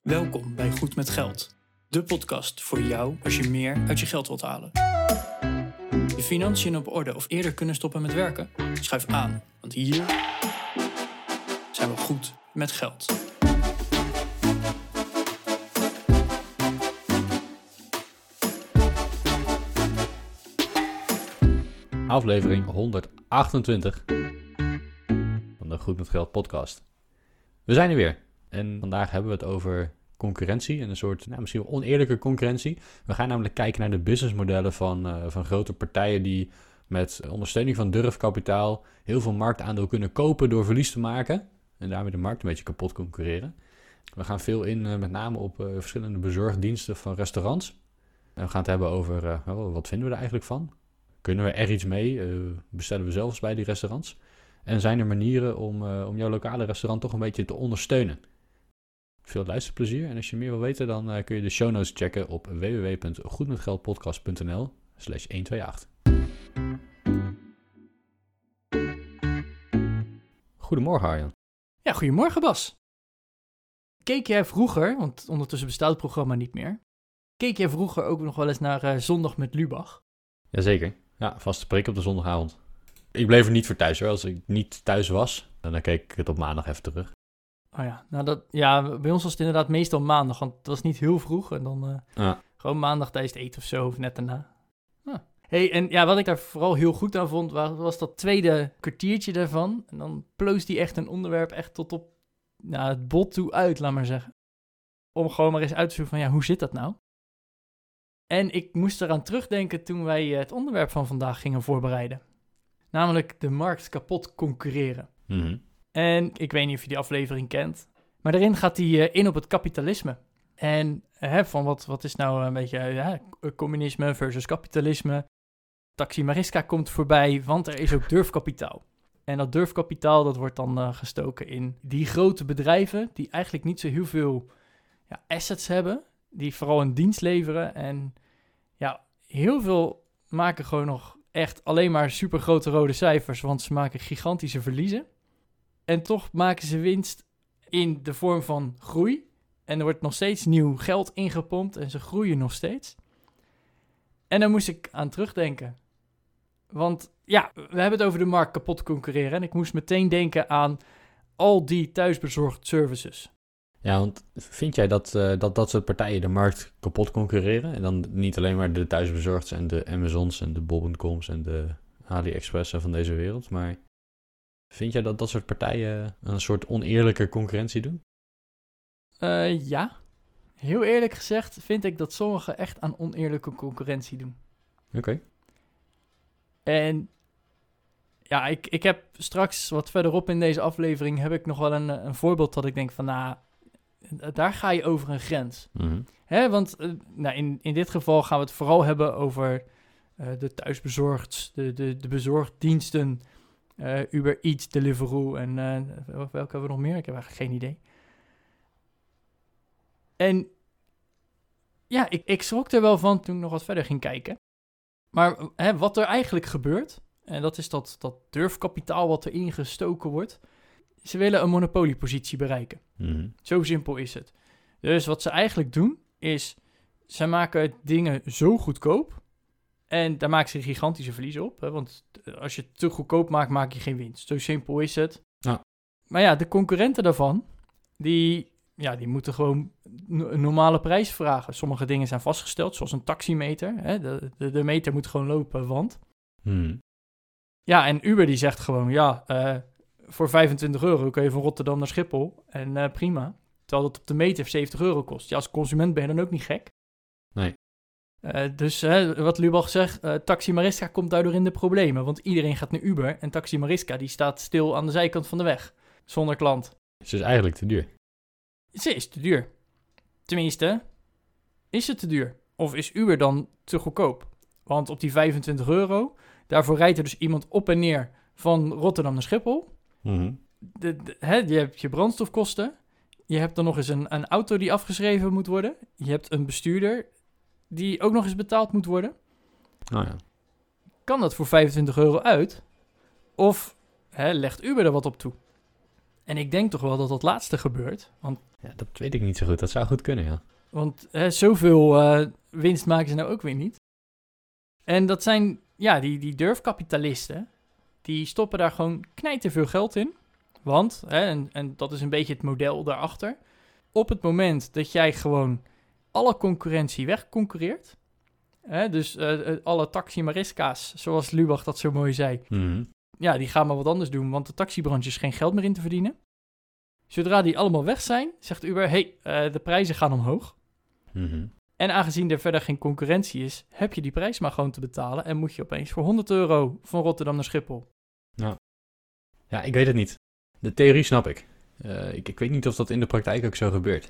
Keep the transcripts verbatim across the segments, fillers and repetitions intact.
Welkom bij Goed met Geld, de podcast voor jou als je meer uit je geld wilt halen. Je financiën op orde of eerder kunnen stoppen met werken? Schuif aan, want hier zijn we goed met geld. Aflevering honderdachtentwintig van de Goed met Geld podcast. We zijn er weer en vandaag hebben we het over concurrentie en een soort, nou, misschien wel oneerlijke concurrentie. We gaan namelijk kijken naar de businessmodellen van, uh, van grote partijen die met ondersteuning van durfkapitaal heel veel marktaandeel kunnen kopen door verlies te maken en daarmee de markt een beetje kapot concurreren. We gaan veel in uh, met name op uh, verschillende bezorgdiensten van restaurants. En we gaan het hebben over uh, well, wat vinden we er eigenlijk van? Kunnen we er iets mee? Uh, bestellen we zelfs bij die restaurants? En zijn er manieren om, uh, om jouw lokale restaurant toch een beetje te ondersteunen? Veel luisterplezier. En als je meer wil weten, dan uh, kun je de show notes checken op w w w punt goedmetgeldpodcast punt n l slash honderdachtenveertig. Goedemorgen, Arjan. Ja, goedemorgen Bas. Keek jij vroeger, want ondertussen bestaat het programma niet meer, keek jij vroeger ook nog wel eens naar uh, Zondag met Lubach? Jazeker. Ja, vaste prik op de zondagavond. Ik bleef er niet voor thuis hoor. Als ik niet thuis was, dan keek ik het op maandag even terug. Oh ja, nou dat, ja, bij ons was het inderdaad meestal maandag, want het was niet heel vroeg. En dan uh, Ja. gewoon maandag tijdens het eten of zo, of net daarna. Ah. Hey, en ja, wat ik daar vooral heel goed aan vond, was, was dat tweede kwartiertje daarvan. En dan ploost die echt een onderwerp echt tot op nou, het bot toe uit, laat maar zeggen. Om gewoon maar eens uit te zoeken van, ja, hoe zit dat nou? En ik moest eraan terugdenken toen wij het onderwerp van vandaag gingen voorbereiden. Namelijk de markt kapot concurreren. Mm-hmm. En ik weet niet of je die aflevering kent, maar daarin gaat hij uh, in op het kapitalisme. En uh, van wat, wat is nou een beetje uh, communisme versus kapitalisme. Taxi Mariska komt voorbij, want er is ook durfkapitaal. En dat durfkapitaal dat wordt dan uh, gestoken in die grote bedrijven die eigenlijk niet zo heel veel ja, assets hebben. Die vooral een dienst leveren en ja, heel veel maken gewoon nog echt alleen maar supergrote rode cijfers, want ze maken gigantische verliezen. En toch maken ze winst in de vorm van groei. En er wordt nog steeds nieuw geld ingepompt en ze groeien nog steeds. En daar moest ik aan terugdenken. Want ja, we hebben het over de markt kapot concurreren. En ik moest meteen denken aan al die thuisbezorgd services. Ja, want vind jij dat, uh, dat dat soort partijen de markt kapot concurreren? En dan niet alleen maar de thuisbezorgds en de Amazons en de Bol punt coms en de AliExpress van deze wereld, maar vind jij dat dat soort partijen een soort oneerlijke concurrentie doen? Uh, ja, heel eerlijk gezegd vind ik dat sommigen echt aan oneerlijke concurrentie doen. Oké. Okay. En ja, ik, ik heb straks wat verderop in deze aflevering heb ik nog wel een, een voorbeeld dat ik denk van, nou, daar ga je over een grens. Mm-hmm. Hè, want uh, nou, in, in dit geval gaan we het vooral hebben over uh, de thuisbezorgd, de, de, de bezorgdiensten, uh, Uber Eats, Deliveroo en uh, welke hebben we nog meer? Ik heb eigenlijk geen idee. En ja, ik, ik schrok er wel van toen ik nog wat verder ging kijken. Maar hè, wat er eigenlijk gebeurt, en dat is dat, dat durfkapitaal wat erin gestoken wordt. Ze willen een monopoliepositie bereiken. Mm-hmm. Zo simpel is het. Dus wat ze eigenlijk doen, is ze maken dingen zo goedkoop. En daar maken ze gigantische verliezen op. Hè, want als je het te goedkoop maakt, maak je geen winst. Zo simpel is het. Ja. Maar ja, de concurrenten daarvan, die, ja, die moeten gewoon een normale prijs vragen. Sommige dingen zijn vastgesteld, zoals een taximeter. Hè, de, de, de meter moet gewoon lopen, want... Mm-hmm. Ja, en Uber die zegt gewoon, ja, uh, voor vijfentwintig euro kun je van Rotterdam naar Schiphol. En uh, prima. Terwijl dat op de meter zeventig euro kost. Ja, als consument ben je dan ook niet gek. Nee. Uh, dus uh, wat Lubach zegt, uh, Taxi Mariska komt daardoor in de problemen. Want iedereen gaat naar Uber en Taxi Mariska die staat stil aan de zijkant van de weg. Zonder klant. Ze is eigenlijk te duur. Ze is te duur. Tenminste, is het te duur? Of is Uber dan te goedkoop? Want op die vijfentwintig euro, daarvoor rijdt er dus iemand op en neer van Rotterdam naar Schiphol. Mm-hmm. De, de, hè, je hebt je brandstofkosten. Je hebt dan nog eens een, een auto die afgeschreven moet worden. Je hebt een bestuurder die ook nog eens betaald moet worden. Oh ja. Kan dat voor vijfentwintig euro uit? Of hè, legt Uber er wat op toe? En ik denk toch wel dat dat laatste gebeurt. Want, Ja, dat weet ik niet zo goed. Dat zou goed kunnen, ja. want hè, zoveel uh, winst maken ze nou ook weer niet. En dat zijn, ja, die, die durfkapitalisten, die stoppen daar gewoon knijterveel geld in. Want, hè, en, en dat is een beetje het model daarachter. Op het moment dat jij gewoon alle concurrentie wegconcurreert, hè, dus uh, alle taxi-mariska's, zoals Lubach dat zo mooi zei, Mm-hmm. ja, die gaan maar wat anders doen, want de taxibranche is geen geld meer in te verdienen. Zodra die allemaal weg zijn, zegt Uber, hey, uh, de prijzen gaan omhoog. Mm-hmm. En aangezien er verder geen concurrentie is, heb je die prijs maar gewoon te betalen en moet je opeens voor honderd euro van Rotterdam naar Schiphol. Ja. ja, ik weet het niet. De theorie snap ik. Uh, ik. Ik weet niet of dat in de praktijk ook zo gebeurt.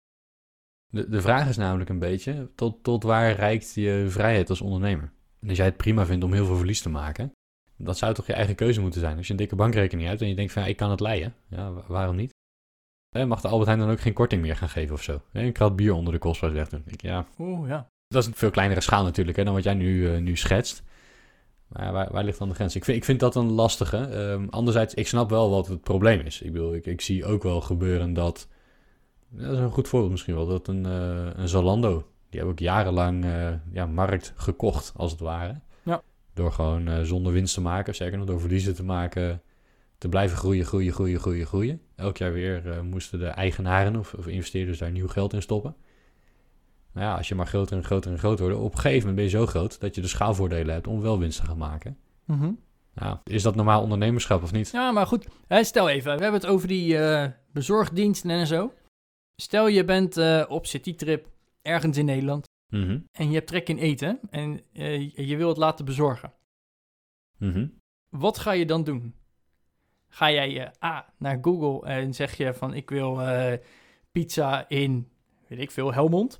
De, de vraag is namelijk een beetje, tot, tot waar reikt je vrijheid als ondernemer? En als jij het prima vindt om heel veel verlies te maken, dat zou toch je eigen keuze moeten zijn. Als je een dikke bankrekening hebt en je denkt van, ja, ik kan het leiden. Ja, waarom niet? Eh, mag de Albert Heijn dan ook geen korting meer gaan geven of zo? Eh, een krat bier onder de kostprijs weg doen. Ik, ja. Oeh, ja. Dat is een veel kleinere schaal natuurlijk hè, dan wat jij nu, uh, nu schetst. Maar waar, waar ligt dan de grens? Ik vind, ik vind dat een lastige. Um, anderzijds, ik snap wel wat het probleem is. Ik bedoel, ik, ik zie ook wel gebeuren dat... Dat is een goed voorbeeld misschien wel. Dat een, uh, een Zalando, die hebben ook jarenlang uh, ja, markt gekocht, als het ware. Ja. Door gewoon uh, zonder winst te maken, zeker nog door verliezen te maken, te blijven groeien, groeien, groeien, groeien, groeien. Elk jaar weer uh, moesten de eigenaren of, of investeerders daar nieuw geld in stoppen. Nou ja, als je maar groter en groter en groter wordt, op een gegeven moment ben je zo groot dat je de schaalvoordelen hebt om wel winst te gaan maken. Mm-hmm. Nou, is dat normaal ondernemerschap of niet? Ja, maar goed. Hè, stel even, we hebben het over die uh, bezorgdiensten en zo. Stel je bent uh, op citytrip ergens in Nederland Mm-hmm. en je hebt trek in eten en uh, je wil het laten bezorgen. Mm-hmm. Wat ga je dan doen? Ga jij uh, A, naar Google en zeg je van ik wil uh, pizza in, weet ik veel, Helmond?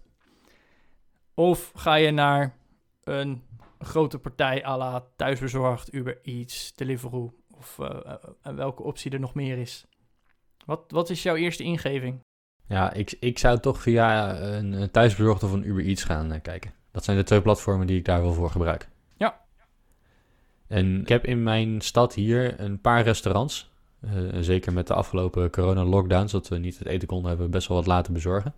Of ga je naar een grote partij à la Thuisbezorgd, Uber Eats, Deliveroo of uh, uh, welke optie er nog meer is? Wat, wat is jouw eerste ingeving? Ja, ik, ik zou toch via een Thuisbezorgd of een Uber Eats gaan uh, kijken. Dat zijn de twee platformen die ik daar wel voor gebruik. Ja. En ik heb in mijn stad hier een paar restaurants. Uh, zeker met de afgelopen corona-lockdowns, dat we niet het eten konden, hebben we best wel wat laten bezorgen.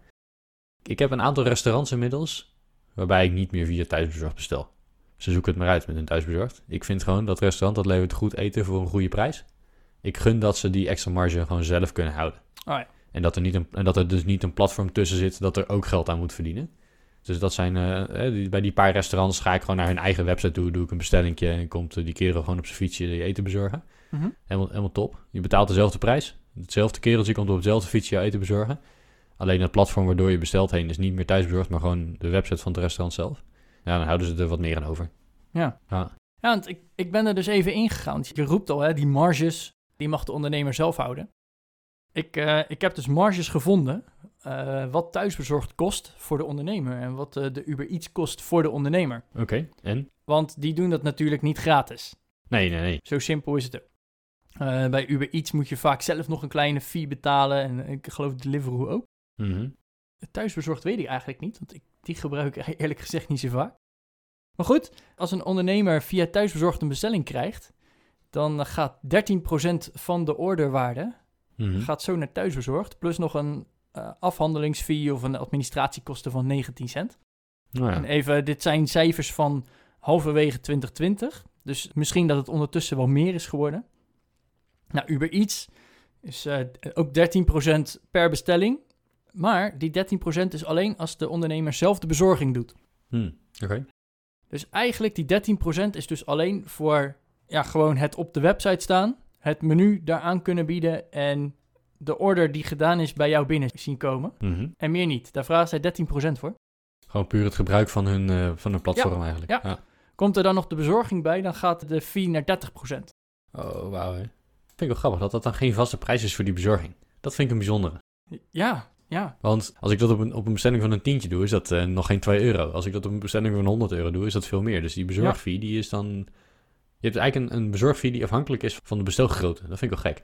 Ik heb een aantal restaurants inmiddels, waarbij ik niet meer via Thuisbezorgd bestel. Ze zoeken het maar uit met hun Thuisbezorgd. Ik vind gewoon dat restaurant, dat levert goed eten voor een goede prijs. Ik gun dat ze die extra marge gewoon zelf kunnen houden. Oh ja. En dat, er niet een, en dat er dus niet een platform tussen zit dat er ook geld aan moet verdienen. Dus dat zijn, uh, die, bij die paar restaurants ga ik gewoon naar hun eigen website toe, doe ik een bestellingje en komt uh, die kerel gewoon op zijn fietsje je eten bezorgen. Mm-hmm. Helemaal, helemaal top. Je betaalt dezelfde prijs. Hetzelfde kereltje komt op hetzelfde fietsje je eten bezorgen. Alleen het platform waardoor je bestelt heen is niet meer Thuisbezorgd, maar gewoon de website van het restaurant zelf. Ja, dan houden ze er wat meer aan over. Ja, ja. ja want ik, ik ben er dus even ingegaan. Je roept al, hè, die marges, die mag de ondernemer zelf houden. Ik, uh, ik heb dus marges gevonden, uh, wat Thuisbezorgd kost voor de ondernemer en wat uh, de Uber Eats kost voor de ondernemer. Oké, okay. En? Want die doen dat natuurlijk niet gratis. Nee, nee, nee. Zo simpel is het ook. Uh, bij Uber Eats moet je vaak zelf nog een kleine fee betalen en ik geloof Deliveroo ook. Mm-hmm. Thuisbezorgd weet ik eigenlijk niet, want ik, die gebruik ik eerlijk gezegd niet zo vaak. Maar goed, als een ondernemer via Thuisbezorgd een bestelling krijgt, dan gaat dertien procent van de orderwaarde mm-hmm. gaat zo naar Thuisbezorgd, plus nog een uh, afhandelingsfee of een administratiekosten van negentien cent. Oh ja. En even, dit zijn cijfers van halverwege twintig twintig, dus misschien dat het ondertussen wel meer is geworden. Nou, Uber Eats is uh, ook dertien procent per bestelling, maar die dertien procent is alleen als de ondernemer zelf de bezorging doet. Hmm, Oké. Okay. Dus eigenlijk die dertien procent is dus alleen voor ja, gewoon het op de website staan, het menu daaraan kunnen bieden en de order die gedaan is bij jou binnen zien komen. Mm-hmm. En meer niet. Daar vragen zij dertien procent voor. Gewoon puur het gebruik van hun, uh, van hun platform ja, eigenlijk. Ja. ja. Komt er dan nog de bezorging bij, dan gaat de fee naar dertig procent. Oh, wauw. Hè. Vind ik wel grappig dat dat dan geen vaste prijs is voor die bezorging. Dat vind ik een bijzondere. Ja, ja. Want als ik dat op een, op een bestelling van een tientje doe, is dat uh, nog geen twee euro. Als ik dat op een bestelling van honderd euro doe, is dat veel meer. Dus die bezorgfee, ja. die is dan... Je hebt eigenlijk een, een bezorgfee die afhankelijk is van de bestelgrootte. Dat vind ik wel gek.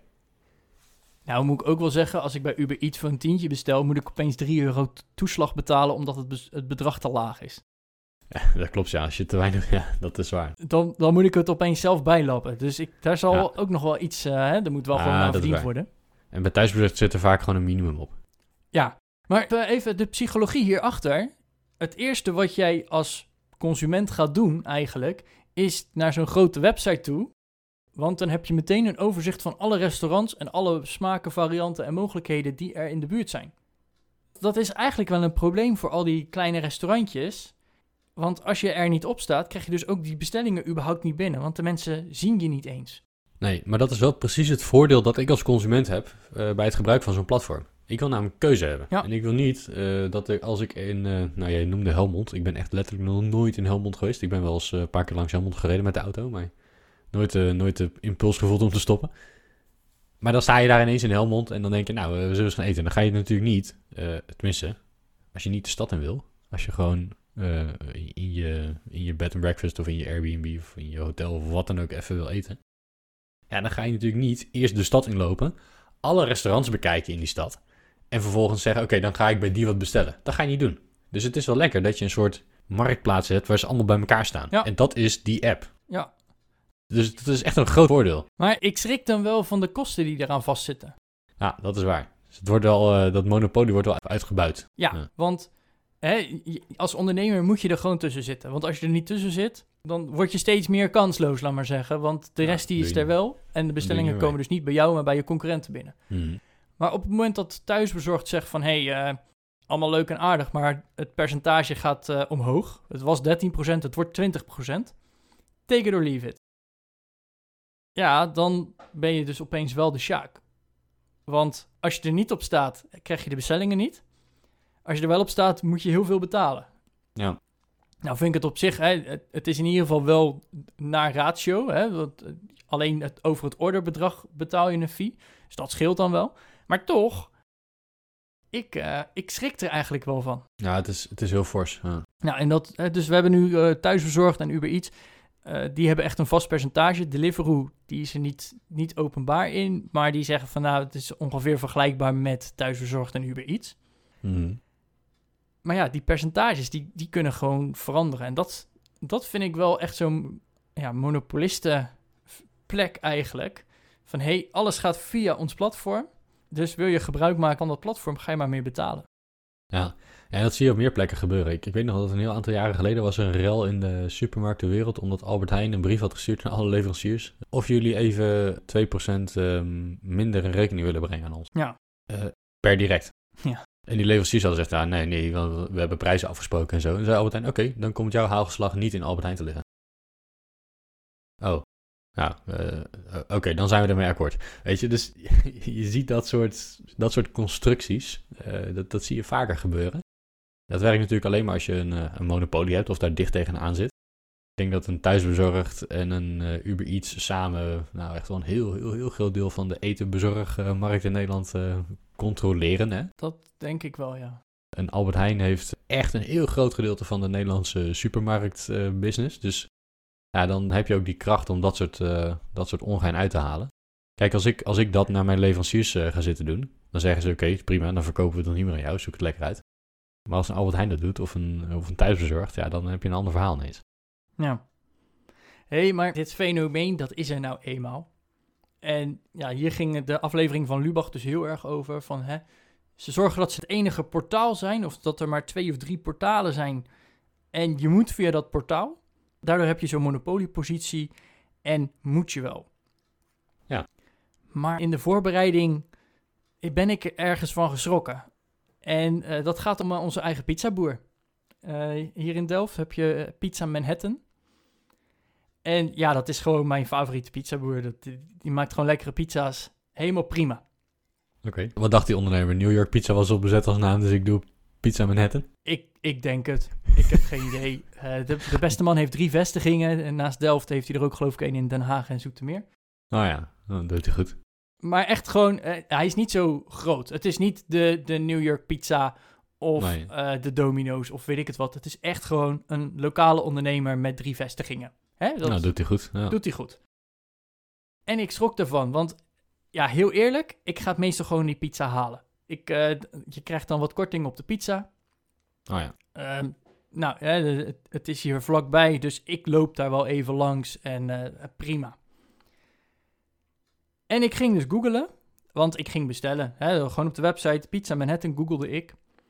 Nou, moet ik ook wel zeggen, als ik bij Uber Eats voor een tientje bestel, moet ik opeens drie euro toeslag betalen, omdat het, be- het bedrag te laag is. Ja, dat klopt, ja. Als je te weinig... Ja, dat is waar. Dan, dan moet ik het opeens zelf bijlappen. Dus ik, daar zal ja. ook nog wel iets... Uh, hè, er moet wel ah, gewoon aan verdiend worden. En bij thuisbezorgd zit er vaak gewoon een minimum op. Ja, maar even de psychologie hierachter. Het eerste wat jij als consument gaat doen eigenlijk, is naar zo'n grote website toe. Want dan heb je meteen een overzicht van alle restaurants en alle smaken, varianten en mogelijkheden die er in de buurt zijn. Dat is eigenlijk wel een probleem voor al die kleine restaurantjes. Want als je er niet op staat, krijg je dus ook die bestellingen überhaupt niet binnen. Want de mensen zien je niet eens. Nee, maar dat is wel precies het voordeel dat ik als consument heb uh, bij het gebruik van zo'n platform. Ik wil namelijk keuze hebben. Ja. En ik wil niet uh, dat ik, als ik in, uh, nou jij noemde Helmond. Ik ben echt letterlijk nog nooit in Helmond geweest. Ik ben wel eens uh, een paar keer langs Helmond gereden met de auto, maar nooit, uh, nooit de impuls gevoeld om te stoppen. Maar dan sta je daar ineens in Helmond en dan denk je, nou, uh, we zullen eens gaan eten. Dan ga je natuurlijk niet, uh, tenminste, als je niet de stad in wil. Als je gewoon uh, in, je, in je bed and breakfast of in je Airbnb of in je hotel of wat dan ook even wil eten. Ja, dan ga je natuurlijk niet eerst de stad inlopen, alle restaurants bekijken in die stad en vervolgens zeggen, oké, okay, dan ga ik bij die wat bestellen. Dat ga je niet doen. Dus het is wel lekker dat je een soort marktplaats hebt waar ze allemaal bij elkaar staan. Ja. En dat is die app. Ja. Dus dat is echt een groot voordeel. Maar ik schrik dan wel van de kosten die eraan vastzitten. Ja, dat is waar. Dus het wordt wel, uh, dat monopolie wordt wel uitgebuit. Ja, ja. want hè, als ondernemer moet je er gewoon tussen zitten. Want als je er niet tussen zit, dan word je steeds meer kansloos, laat maar zeggen. Want de rest ja, die is er wel. En de bestellingen komen dus niet bij jou, maar bij je concurrenten binnen. Hmm. Maar op het moment dat thuisbezorgd zegt van, hé, hey, uh, allemaal leuk en aardig, maar het percentage gaat uh, omhoog. Het was dertien procent, het wordt twintig procent. Take it or leave it. Ja, dan ben je dus opeens wel de sjaak. Want als je er niet op staat, krijg je de bestellingen niet. Als je er wel op staat, moet je heel veel betalen. Ja. Nou vind ik het op zich, hè, het is in ieder geval wel naar ratio. Hè, want alleen het, over het orderbedrag betaal je een fee. Dus dat scheelt dan wel. Maar toch, ik, uh, ik schrik er eigenlijk wel van. Ja, het is, het is heel fors. Ja. Nou, en dat, dus we hebben nu uh, thuisbezorgd en Uber Eats. Uh, die hebben echt een vast percentage. Deliveroo, die is er niet, niet openbaar in. Maar die zeggen van nou, het is ongeveer vergelijkbaar met thuisbezorgd en Uber Eats. Mm-hmm. Maar ja, die percentages, die, die kunnen gewoon veranderen. En dat, dat vind ik wel echt zo'n ja, monopolistenplek eigenlijk. Van hé, hey, alles gaat via ons platform. Dus wil je gebruik maken van dat platform, ga je maar meer betalen. Ja, en dat zie je op meer plekken gebeuren. Ik, ik weet nog dat een heel aantal jaren geleden was er een rel in de supermarktenwereld, omdat Albert Heijn een brief had gestuurd naar alle leveranciers. Of jullie even twee procent um, minder in rekening willen brengen aan ons. Ja. Uh, per direct. Ja. En die leveranciers hadden gezegd, ah, nee, nee, we, we hebben prijzen afgesproken en zo. En zei Albert Heijn, oké, okay, dan komt jouw haalgeslag niet in Albert Heijn te liggen. Oh. Nou, uh, oké, okay, dan zijn we ermee akkoord. Weet je, dus je ziet dat soort, dat soort constructies, uh, dat, dat zie je vaker gebeuren. Dat werkt natuurlijk alleen maar als je een, uh, een monopolie hebt of daar dicht tegenaan zit. Ik denk dat een thuisbezorgd en een uh, Uber Eats samen, nou echt wel een heel, heel, heel groot deel van de etenbezorgmarkt in Nederland uh, controleren. Hè? Dat denk ik wel, ja. En Albert Heijn heeft echt een heel groot gedeelte van de Nederlandse supermarktbusiness. Uh, dus ja, dan heb je ook die kracht om dat soort, uh, dat soort ongein uit te halen. Kijk, als ik, als ik dat naar mijn leveranciers uh, ga zitten doen, dan zeggen ze oké, okay, prima, dan verkopen we het dan niet meer aan jou, zoek het lekker uit. Maar als een Albert Heijn dat doet, of een, of een thuisbezorgd, ja, dan heb je een ander verhaal ineens. Ja. Hé, hey, maar dit fenomeen, dat is er nou eenmaal. En ja, hier ging de aflevering van Lubach dus heel erg over, van hè, ze zorgen dat ze het enige portaal zijn, of dat er maar twee of drie portalen zijn, en je moet via dat portaal. Daardoor heb je zo'n monopoliepositie en moet je wel. Ja. Maar in de voorbereiding ben ik er ergens van geschrokken. En uh, dat gaat om onze eigen pizzaboer. Uh, hier in Delft heb je Pizza Manhattan. En ja, dat is gewoon mijn favoriete pizzaboer. Dat, die, die maakt gewoon lekkere pizza's. Helemaal prima. Oké. Okay. Wat dacht die ondernemer? New York Pizza was op bezet als naam, dus ik doe Pizza Manhattan? Ik, ik denk het. Ik heb geen idee. Uh, de, de beste man heeft drie vestigingen. En naast Delft heeft hij er ook geloof ik één in Den Haag en Zoetermeer. Oh ja, dat doet hij goed. Maar echt gewoon, uh, hij is niet zo groot. Het is niet de, de New York Pizza of nee. uh, de Domino's of weet ik het wat. Het is echt gewoon een lokale ondernemer met drie vestigingen. Hè? Dat nou, doet hij goed. Ja. Doet hij goed. En ik schrok ervan, want ja, heel eerlijk, ik ga het meestal gewoon die pizza halen. Ik, uh, je krijgt dan wat korting op de pizza. Oh ja. Uh, nou, hè, het, het is hier vlakbij, dus ik loop daar wel even langs en uh, prima. En ik ging dus googlen Want ik ging bestellen. Hè, gewoon op de website Pizza Manhattan googelde ik.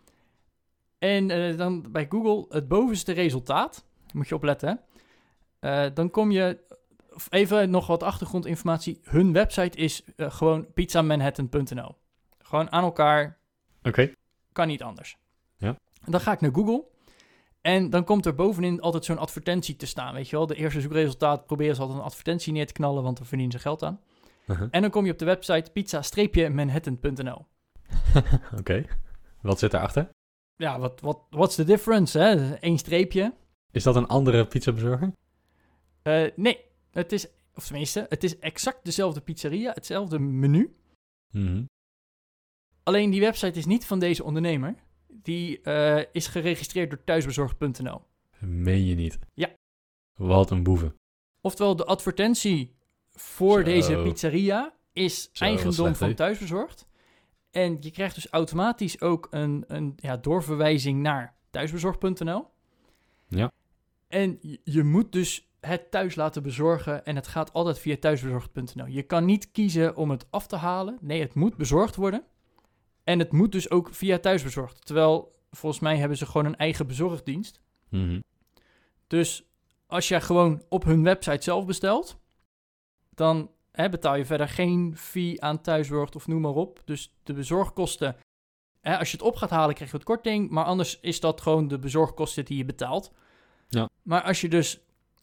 En uh, dan bij Google het bovenste resultaat. Moet je opletten. Uh, dan kom je... Even nog wat achtergrondinformatie. Hun website is uh, gewoon pizza manhattan punt n l. Gewoon aan elkaar. Oké. Okay. Kan niet anders. Ja. Dan ga ik naar Google. En dan komt er bovenin altijd zo'n advertentie te staan. Weet je wel, de eerste zoekresultaat proberen ze altijd een advertentie neer te knallen, want dan verdienen ze geld aan. Uh-huh. En dan kom je op de website pizza manhattan punt n l. Oké. Okay. Wat zit daarachter? Ja, wat wat what's the difference, hè? Eén streepje. Is dat een andere pizzabezorger? Uh, nee, het is, of tenminste, het is exact dezelfde pizzeria, hetzelfde menu. Mm-hmm. Alleen die website is niet van deze ondernemer. Die uh, is geregistreerd door thuisbezorgd punt n l. Meen je niet? Ja. Wat een boeven. Oftewel, de advertentie voor Zo. deze pizzeria is Zo, eigendom slecht, van he? thuisbezorgd. En je krijgt dus automatisch ook een, een ja, doorverwijzing naar thuisbezorgd punt n l. Ja. En je, je moet dus het thuis laten bezorgen en het gaat altijd via thuisbezorgd punt n l. Je kan niet kiezen om het af te halen. Nee, het moet bezorgd worden. En het moet dus ook via thuisbezorgd. Terwijl, volgens mij hebben ze gewoon een eigen bezorgdienst. Mm-hmm. Dus als je gewoon op hun website zelf bestelt, dan hè, betaal je verder geen fee aan thuisbezorgd of noem maar op. Dus de bezorgkosten, hè, als je het op gaat halen krijg je wat korting, maar anders is dat gewoon de bezorgkosten die je betaalt. Ja. Maar als je dus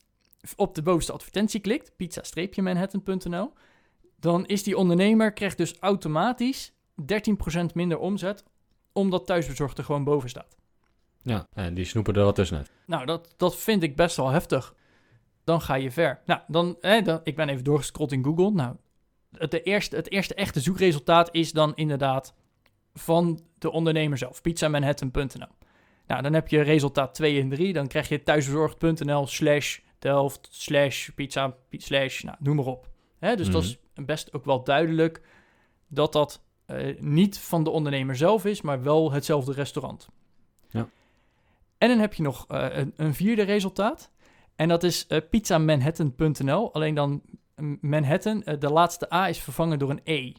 op de bovenste advertentie klikt, pizza manhattan punt n l, dan is die ondernemer, krijgt dus automatisch dertien procent minder omzet, omdat thuisbezorgd er gewoon boven staat. Ja, en die snoepen er wat tussenuit. Nou, dat, dat vind ik best wel heftig. Dan ga je ver. Nou, dan, eh, dan, ik ben even doorgescrollt in Google. Nou, het, de eerste, het eerste echte zoekresultaat is dan inderdaad van de ondernemer zelf. pizza manhattan punt n l. Nou, dan heb je resultaat twee en drie. Dan krijg je thuisbezorgd punt n l slash Delft slash pizza slash, nou, noem maar op. Hè, dus mm-hmm. dat is best ook wel duidelijk dat dat uh, niet van de ondernemer zelf is, maar wel hetzelfde restaurant. Ja. En dan heb je nog uh, een, een vierde resultaat. En dat is uh, pizza manhattan punt n l. Alleen dan Manhattan, uh, de laatste A is vervangen door een E.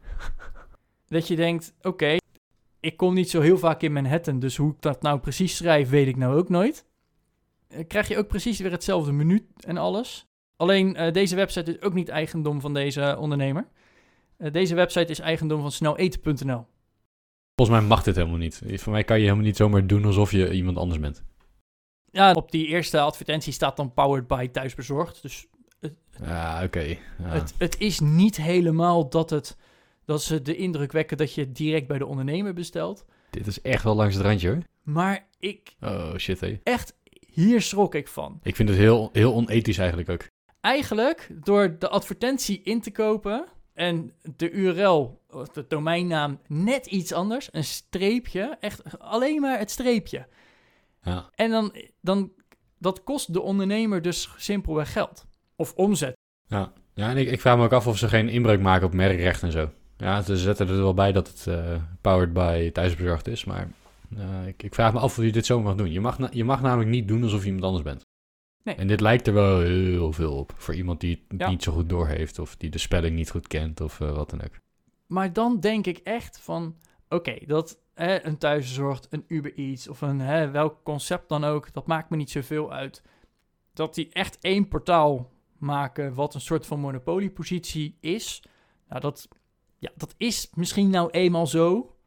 Dat je denkt, oké, okay, ik kom niet zo heel vaak in Manhattan, dus hoe ik dat nou precies schrijf, weet ik nou ook nooit. Uh, krijg je ook precies weer hetzelfde menu en alles. Alleen uh, deze website is ook niet eigendom van deze ondernemer. Uh, deze website is eigendom van snel eten punt n l. Volgens mij mag dit helemaal niet. Voor mij kan je helemaal niet zomaar doen alsof je iemand anders bent. Ja, op die eerste advertentie staat dan powered by thuisbezorgd. Dus het, ja, oké. Okay. Ja. Het, het is niet helemaal dat, het, dat ze de indruk wekken dat je het direct bij de ondernemer bestelt. Dit is echt wel langs het randje, hoor. Maar ik... Oh, shit, hé. Echt, hier schrok ik van. Ik vind het heel, heel onethisch eigenlijk ook. Eigenlijk, door de advertentie in te kopen en de U R L, de domeinnaam, net iets anders. Een streepje, echt alleen maar het streepje. Ja. En dan, dan, dat kost de ondernemer dus simpelweg geld. Of omzet. Ja, ja en ik, ik vraag me ook af of ze geen inbreuk maken op merkrecht en zo. Ja, ze zetten er wel bij dat het uh, powered by thuisbezorgd is, maar uh, ik, ik vraag me af of je dit zo mag doen. Je mag, na, je mag namelijk niet doen alsof je iemand anders bent. Nee. En dit lijkt er wel heel veel op. Voor iemand die het ja. niet zo goed doorheeft of die de spelling niet goed kent of uh, wat dan ook. Maar dan denk ik echt van, oké, okay, dat hè, een thuisbezorgd, een Uber Eats of een hè, welk concept dan ook, dat maakt me niet zoveel uit. Dat die echt één portaal maken wat een soort van monopoliepositie is, nou dat, ja, dat is misschien nou eenmaal zo.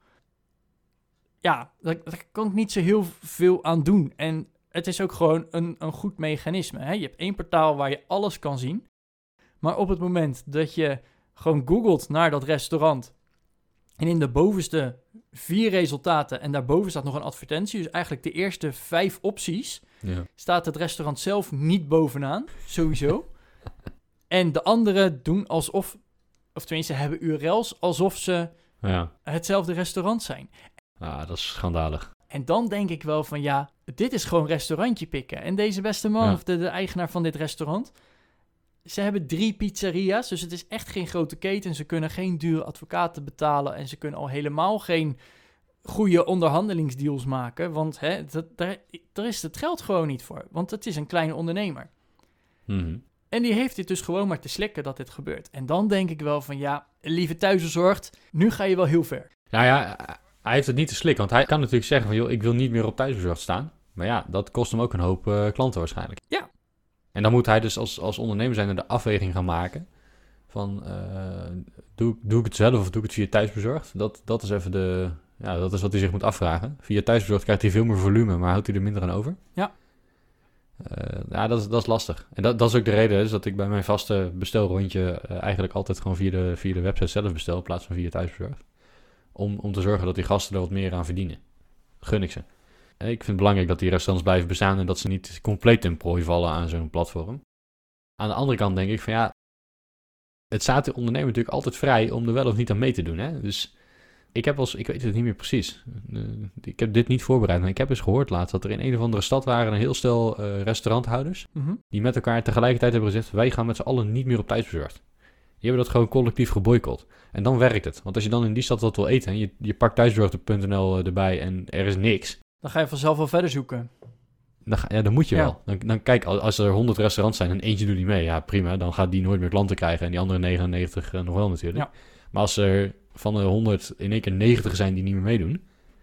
Ja, daar, daar kan ik niet zo heel veel aan doen. En het is ook gewoon een, een goed mechanisme. Hè? Je hebt één portaal waar je alles kan zien. Maar op het moment dat je gewoon googelt naar dat restaurant en in de bovenste vier resultaten en daarboven staat nog een advertentie, dus eigenlijk de eerste vijf opties, ja. staat het restaurant zelf niet bovenaan, sowieso. En de anderen doen alsof, of tenminste hebben U R L's alsof ze ja. hetzelfde restaurant zijn. Ah, dat is schandalig. En dan denk ik wel van ja, dit is gewoon restaurantje pikken. En deze beste man, ja. of de, de eigenaar van dit restaurant, ze hebben drie pizzeria's, dus het is echt geen grote keten. Ze kunnen geen dure advocaten betalen en ze kunnen al helemaal geen goede onderhandelingsdeals maken. Want hè, dat, daar, daar is het geld gewoon niet voor, want het is een kleine ondernemer. Mm-hmm. En die heeft dit dus gewoon maar te slikken dat dit gebeurt. En dan denk ik wel van ja, lieve thuisbezorgd, nu ga je wel heel ver. Nou ja, hij heeft het niet te slikken. Want hij kan natuurlijk zeggen van joh, ik wil niet meer op thuisbezorgd staan. Maar ja, dat kost hem ook een hoop uh, klanten waarschijnlijk. Ja. En dan moet hij dus als, als ondernemer zijn de afweging gaan maken. Van uh, doe, doe ik het zelf of doe ik het via thuisbezorgd? Dat, dat is even de... Ja, dat is wat hij zich moet afvragen. Via thuisbezorgd krijgt hij veel meer volume, maar houdt hij er minder aan over? Ja. Uh, ja, dat is, dat is lastig. En dat, dat is ook de reden dus dat ik bij mijn vaste bestelrondje uh, eigenlijk altijd gewoon via de, via de website zelf bestel in plaats van via thuisbezorgd. Om, om te zorgen dat die gasten er wat meer aan verdienen. Gun ik ze. Ik vind het belangrijk dat die restaurants blijven bestaan en dat ze niet compleet ten prooi vallen aan zo'n platform. Aan de andere kant denk ik van ja, het staat de ondernemer natuurlijk altijd vrij om er wel of niet aan mee te doen. Hè? Dus ik heb als, ik weet het niet meer precies. Uh, ik heb dit niet voorbereid, maar ik heb eens gehoord laatst dat er in een of andere stad waren een heel stel uh, restauranthouders Mm-hmm. die met elkaar tegelijkertijd hebben gezegd, wij gaan met z'n allen niet meer op thuisbezorgd. Die hebben dat gewoon collectief geboycott. En dan werkt het. Want als je dan in die stad wat wil eten en je, je pakt thuisbezorgd punt n l erbij en er is niks. Dan ga je vanzelf wel verder zoeken. Dan, ga, ja, dan moet je Ja. wel. Dan, dan kijk, als er honderd restaurants zijn en eentje doet niet mee, ja prima, dan gaat die nooit meer klanten krijgen en die andere negenennegentig uh, nog wel natuurlijk. Ja. Maar als er van de honderd in één keer negentig zijn die niet meer meedoen,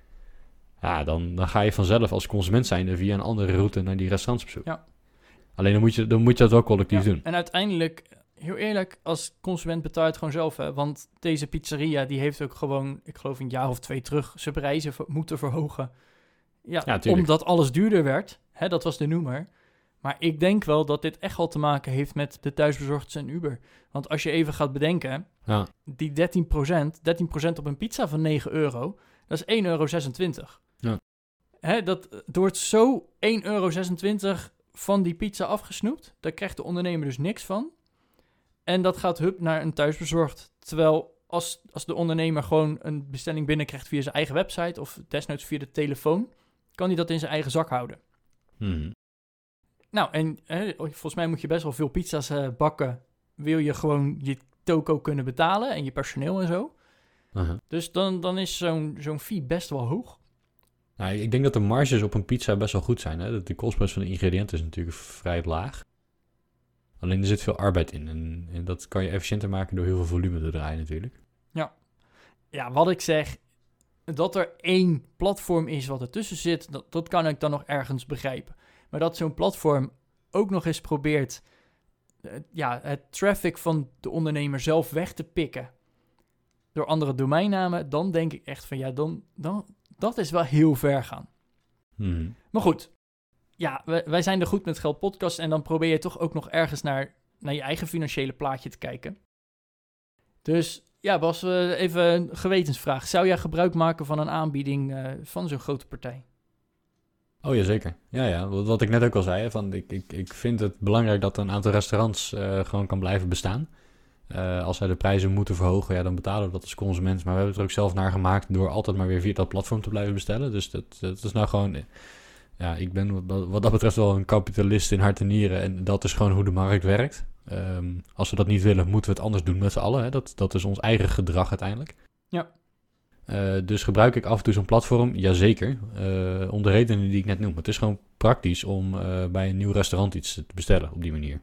ja, dan, dan ga je vanzelf als consument zijnde via een andere route naar die restaurants op zoek. Ja. Alleen dan moet je, dan moet je dat wel collectief Ja, doen. En uiteindelijk, heel eerlijk, als consument betaalt het gewoon zelf. Hè? Want deze pizzeria, die heeft ook gewoon, ik geloof een jaar of twee terug, zijn prijzen ver- moeten verhogen. Ja, Ja, tuurlijk. omdat alles duurder werd. Hè, dat was de noemer. Maar ik denk wel dat dit echt al te maken heeft met de thuisbezorgds en Uber. Want als je even gaat bedenken, Ja. die dertien procent, dertien procent op een pizza van negen euro, dat is één euro zesentwintig. Ja. Hè, dat, er wordt zo één euro zesentwintig van die pizza afgesnoept. Daar krijgt de ondernemer dus niks van. En dat gaat hup naar een thuisbezorgd. Terwijl als, als de ondernemer gewoon een bestelling binnenkrijgt via zijn eigen website of desnoods via de telefoon, kan hij dat in zijn eigen zak houden. Hmm. Nou, en hè, volgens mij moet je best wel veel pizza's uh, bakken. Wil je gewoon je toko kunnen betalen en je personeel en zo. Uh-huh. Dus dan, dan is zo'n, zo'n fee best wel hoog. Nou, ik denk dat de marges op een pizza best wel goed zijn. Hè? De kostprijs van de ingrediënten is natuurlijk vrij laag. Alleen er zit veel arbeid in. En, en dat kan je efficiënter maken door heel veel volume te draaien natuurlijk. Ja, wat ik zeg, dat er één platform is wat ertussen zit, dat, dat kan ik dan nog ergens begrijpen. Maar dat zo'n platform ook nog eens probeert uh, ja, het traffic van de ondernemer zelf weg te pikken door andere domeinnamen, dan denk ik echt van ja, dan, dan, dat is wel heel ver gaan. Hmm. Maar goed, ja, wij, wij zijn de Goed Met Geld podcast en dan probeer je toch ook nog ergens naar, naar je eigen financiële plaatje te kijken. Dus ja, Bas, uh, even een gewetensvraag. Zou jij gebruik maken van een aanbieding uh, van zo'n grote partij? Oh ja, zeker. Ja, ja. Wat, wat ik net ook al zei, hè, van ik, ik, ik vind het belangrijk dat een aantal restaurants uh, gewoon kan blijven bestaan. Uh, als zij de prijzen moeten verhogen, ja, dan betalen we dat als consument. Maar we hebben het er ook zelf naar gemaakt door altijd maar weer via dat platform te blijven bestellen. Dus dat, dat is nou gewoon... Ja, ik ben wat, wat dat betreft wel een kapitalist in hart en nieren. En dat is gewoon hoe de markt werkt. Um, als we dat niet willen, moeten we het anders doen met z'n allen. Hè? Dat, dat is ons eigen gedrag uiteindelijk. Ja. Uh, dus gebruik ik af en toe zo'n platform? Jazeker. Uh, om de redenen die ik net noem. Het is gewoon praktisch om uh, bij een nieuw restaurant iets te bestellen op die manier.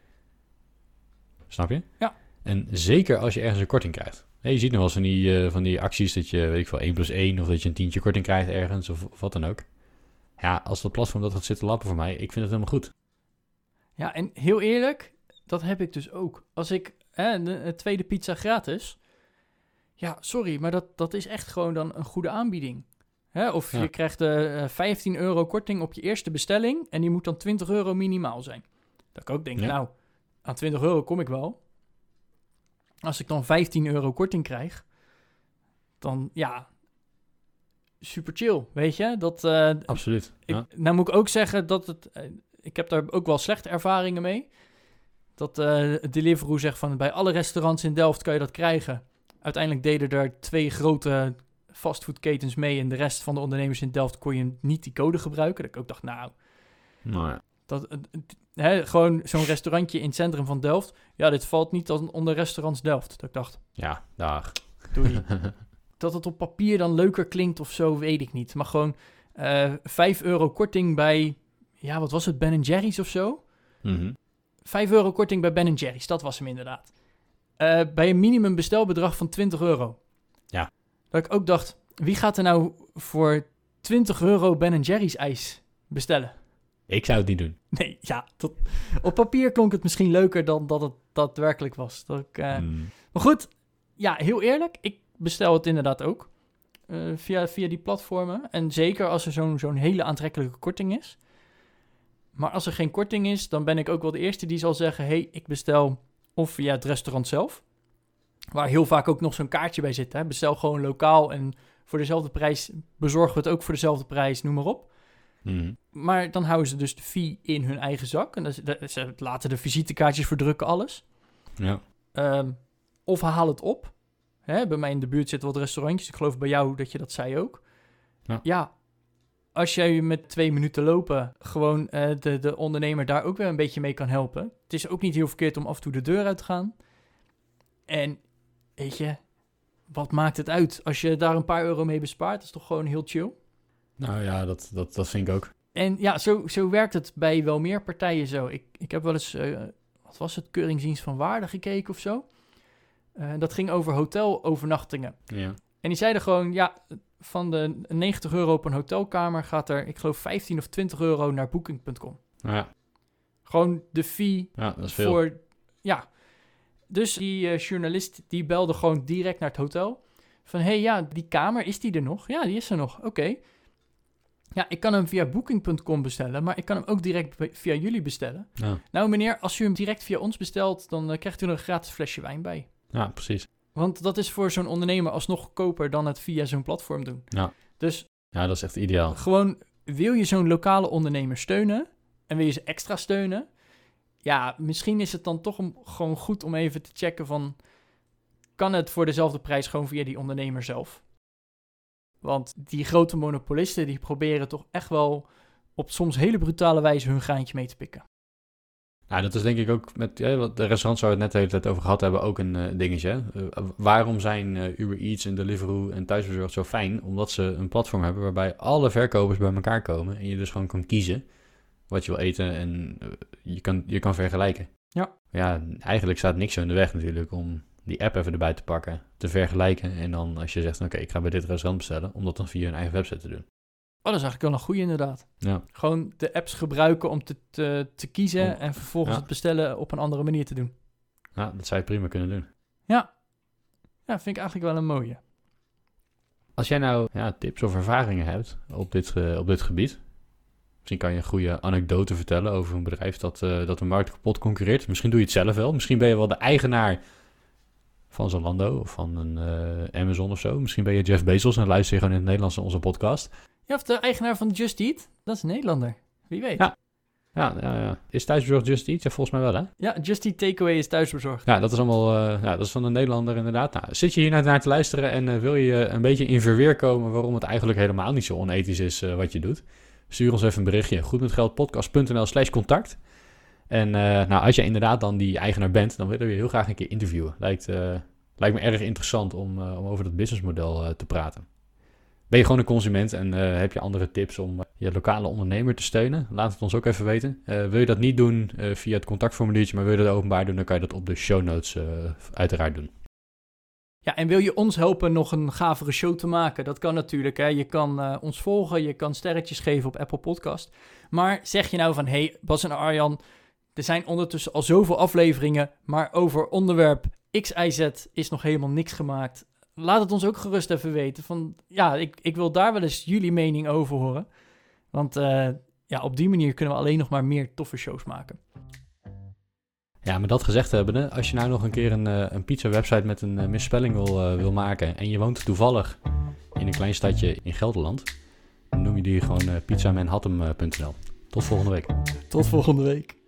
Snap je? Ja. En zeker als je ergens een korting krijgt. Hey, je ziet nog wel eens van die, uh, van die acties dat je, weet ik veel, één plus één... of dat je een tientje korting krijgt ergens of, of wat dan ook. Ja, als dat platform dat gaat zitten lappen voor mij, ik vind het helemaal goed. Ja, en heel eerlijk, dat heb ik dus ook. Als ik hè, de, de tweede pizza gratis... Ja, sorry, maar dat, dat is echt gewoon dan een goede aanbieding. Hè? Of Ja. je krijgt uh, vijftien euro korting op je eerste bestelling... en die moet dan twintig euro minimaal zijn. Dat ik ook denk, Ja. nou, aan twintig euro kom ik wel. Als ik dan vijftien euro korting krijg... dan, ja, super chill, weet je? Dat, uh, Absoluut. ik, Ja. nou moet ik ook zeggen dat het... Uh, ik heb daar ook wel slechte ervaringen mee. Dat uh, Deliveroo zegt van... bij alle restaurants in Delft kan je dat krijgen... Uiteindelijk deden er twee grote fastfoodketens mee... en de rest van de ondernemers in Delft kon je niet die code gebruiken. Dat ik ook dacht, nou... Nou ja. Dat, uh, hè, gewoon zo'n restaurantje in het centrum van Delft... ja, dit valt niet als onder restaurants Delft. Dat ik dacht, Ja, dag. doei. Dat het op papier dan leuker klinkt of zo, weet ik niet. Maar gewoon uh, vijf euro korting bij... ja, wat was het, Ben en Jerry's of zo? Mm-hmm. vijf euro korting bij Ben en Jerry's, dat was hem inderdaad. Uh, bij een minimum bestelbedrag van twintig euro. Ja. Dat ik ook dacht, wie gaat er nou voor twintig euro Ben en Jerry's ijs bestellen? Ik zou het niet doen. Nee, ja, tot, op papier klonk het misschien leuker dan dat het daadwerkelijk was. Dat ik, uh, mm. Maar goed, ja, heel eerlijk, ik bestel het inderdaad ook. Uh, via, via die platformen. En zeker als er zo'n, zo'n hele aantrekkelijke korting is. Maar als er geen korting is, dan ben ik ook wel de eerste die zal zeggen, hé, hey, ik bestel of via het restaurant zelf. Waar heel vaak ook nog zo'n kaartje bij zit. Hè? Bestel gewoon lokaal en voor dezelfde prijs bezorgen we het ook voor dezelfde prijs, noem maar op. Mm. Maar dan houden ze dus de fee in hun eigen zak. En dat, dat, ze laten de visitekaartjes verdrukken, alles. Ja. Um, of haal het op. Hè, bij mij in de buurt zitten wat restaurantjes. Ik geloof bij jou dat je dat zei ook. Ja. ja als jij met twee minuten lopen gewoon uh, de, de ondernemer daar ook weer een beetje mee kan helpen. Het is ook niet heel verkeerd om af en toe de deur uit te gaan. En weet je, wat maakt het uit? Als je daar een paar euro mee bespaart, is toch gewoon heel chill? Nou ja, dat, dat, dat vind ik ook. En ja, zo, zo werkt het bij wel meer partijen zo. Ik, ik heb wel eens, uh, wat was het, Keuringsdienst van Waarde gekeken of zo. Uh, dat ging over hotelovernachtingen. Ja. En die zeiden gewoon, ja, van de negentig euro op een hotelkamer gaat er, ik geloof, vijftien of twintig euro naar booking punt com. Ja. Gewoon de fee ja, dat is veel. voor, ja. Dus die uh, journalist, die belde gewoon direct naar het hotel. Van, hé, hey, ja, die kamer, is die er nog? Ja, die is er nog. Oké. Okay. Ja, ik kan hem via booking punt com bestellen, maar ik kan hem ook direct via jullie bestellen. Ja. Nou meneer, als u hem direct via ons bestelt, dan uh, krijgt u er een gratis flesje wijn bij. Ja, precies. Want dat is voor zo'n ondernemer alsnog goedkoper dan het via zo'n platform doen. Ja. Dus ja, dat is echt ideaal. Gewoon, wil je zo'n lokale ondernemer steunen en wil je ze extra steunen? Ja, misschien is het dan toch om, gewoon goed om even te checken van, kan het voor dezelfde prijs gewoon via die ondernemer zelf? Want die grote monopolisten, die proberen toch echt wel op soms hele brutale wijze hun graantje mee te pikken. Nou, dat is denk ik ook met ja, wat de restaurants waar we het net de hele tijd over gehad hebben ook een uh, dingetje. Hè? Uh, waarom zijn uh, Uber Eats en Deliveroo en Thuisbezorgd zo fijn? Omdat ze een platform hebben waarbij alle verkopers bij elkaar komen en je dus gewoon kan kiezen wat je wil eten en uh, je, kan, je kan vergelijken. Ja. Ja, eigenlijk staat niks zo in de weg natuurlijk om die app even erbij te pakken, te vergelijken en dan als je zegt, oké, okay, ik ga bij dit restaurant bestellen, om dat dan via hun eigen website te doen. Oh, dat is eigenlijk wel een goeie inderdaad. Ja. Gewoon de apps gebruiken om te, te, te kiezen oh. en vervolgens ja. het bestellen op een andere manier te doen. Ja, dat zou je prima kunnen doen. Ja, ja, vind ik eigenlijk wel een mooie. Als jij nou ja, tips of ervaringen hebt op dit, uh, op dit gebied, misschien kan je een goede anekdote vertellen over een bedrijf dat, uh, dat de markt kapot concurreert. Misschien doe je het zelf wel. Misschien ben je wel de eigenaar van Zalando of van een uh, Amazon of zo. Misschien ben je Jeff Bezos en luister je gewoon in het Nederlands naar onze podcast. Ja, of de eigenaar van Just Eat. Dat is een Nederlander. Wie weet. Ja, ja, ja, ja. Is Thuisbezorgd Just Eat? Ja, volgens mij wel, hè? Ja, Just Eat Takeaway is Thuisbezorgd. Ja, dat is allemaal uh, ja, dat is van een Nederlander inderdaad. Nou, zit je hier naar, naar te luisteren en uh, wil je een beetje in verweer komen waarom het eigenlijk helemaal niet zo onethisch is uh, wat je doet? Stuur ons even een berichtje. goedmetgeldpodcast punt n l slash contact. En uh, nou, als je inderdaad dan die eigenaar bent, dan willen we je heel graag een keer interviewen. Lijkt, uh, lijkt me erg interessant om, uh, om over dat businessmodel uh, te praten. Ben je gewoon een consument en uh, heb je andere tips om uh, je lokale ondernemer te steunen? Laat het ons ook even weten. Uh, wil je dat niet doen uh, via het contactformuliertje, maar wil je dat openbaar doen, dan kan je dat op de show notes uh, uiteraard doen. Ja, en wil je ons helpen nog een gavere show te maken? Dat kan natuurlijk. Hè? Je kan uh, ons volgen, je kan sterretjes geven op Apple Podcast. Maar zeg je nou van, hé, hey, Bas en Arjan, er zijn ondertussen al zoveel afleveringen, maar over onderwerp X Y Z is nog helemaal niks gemaakt. Laat het ons ook gerust even weten. Van, ja, ik, ik wil daar wel eens jullie mening over horen. Want uh, ja, op die manier kunnen we alleen nog maar meer toffe shows maken. Ja, met dat gezegd hebbende, als je nou nog een keer een, uh, een pizza-website met een uh, misspelling wil, uh, wil maken en je woont toevallig in een klein stadje in Gelderland, dan noem je die gewoon uh, pizza manhattan punt n l. Tot volgende week. Tot volgende week.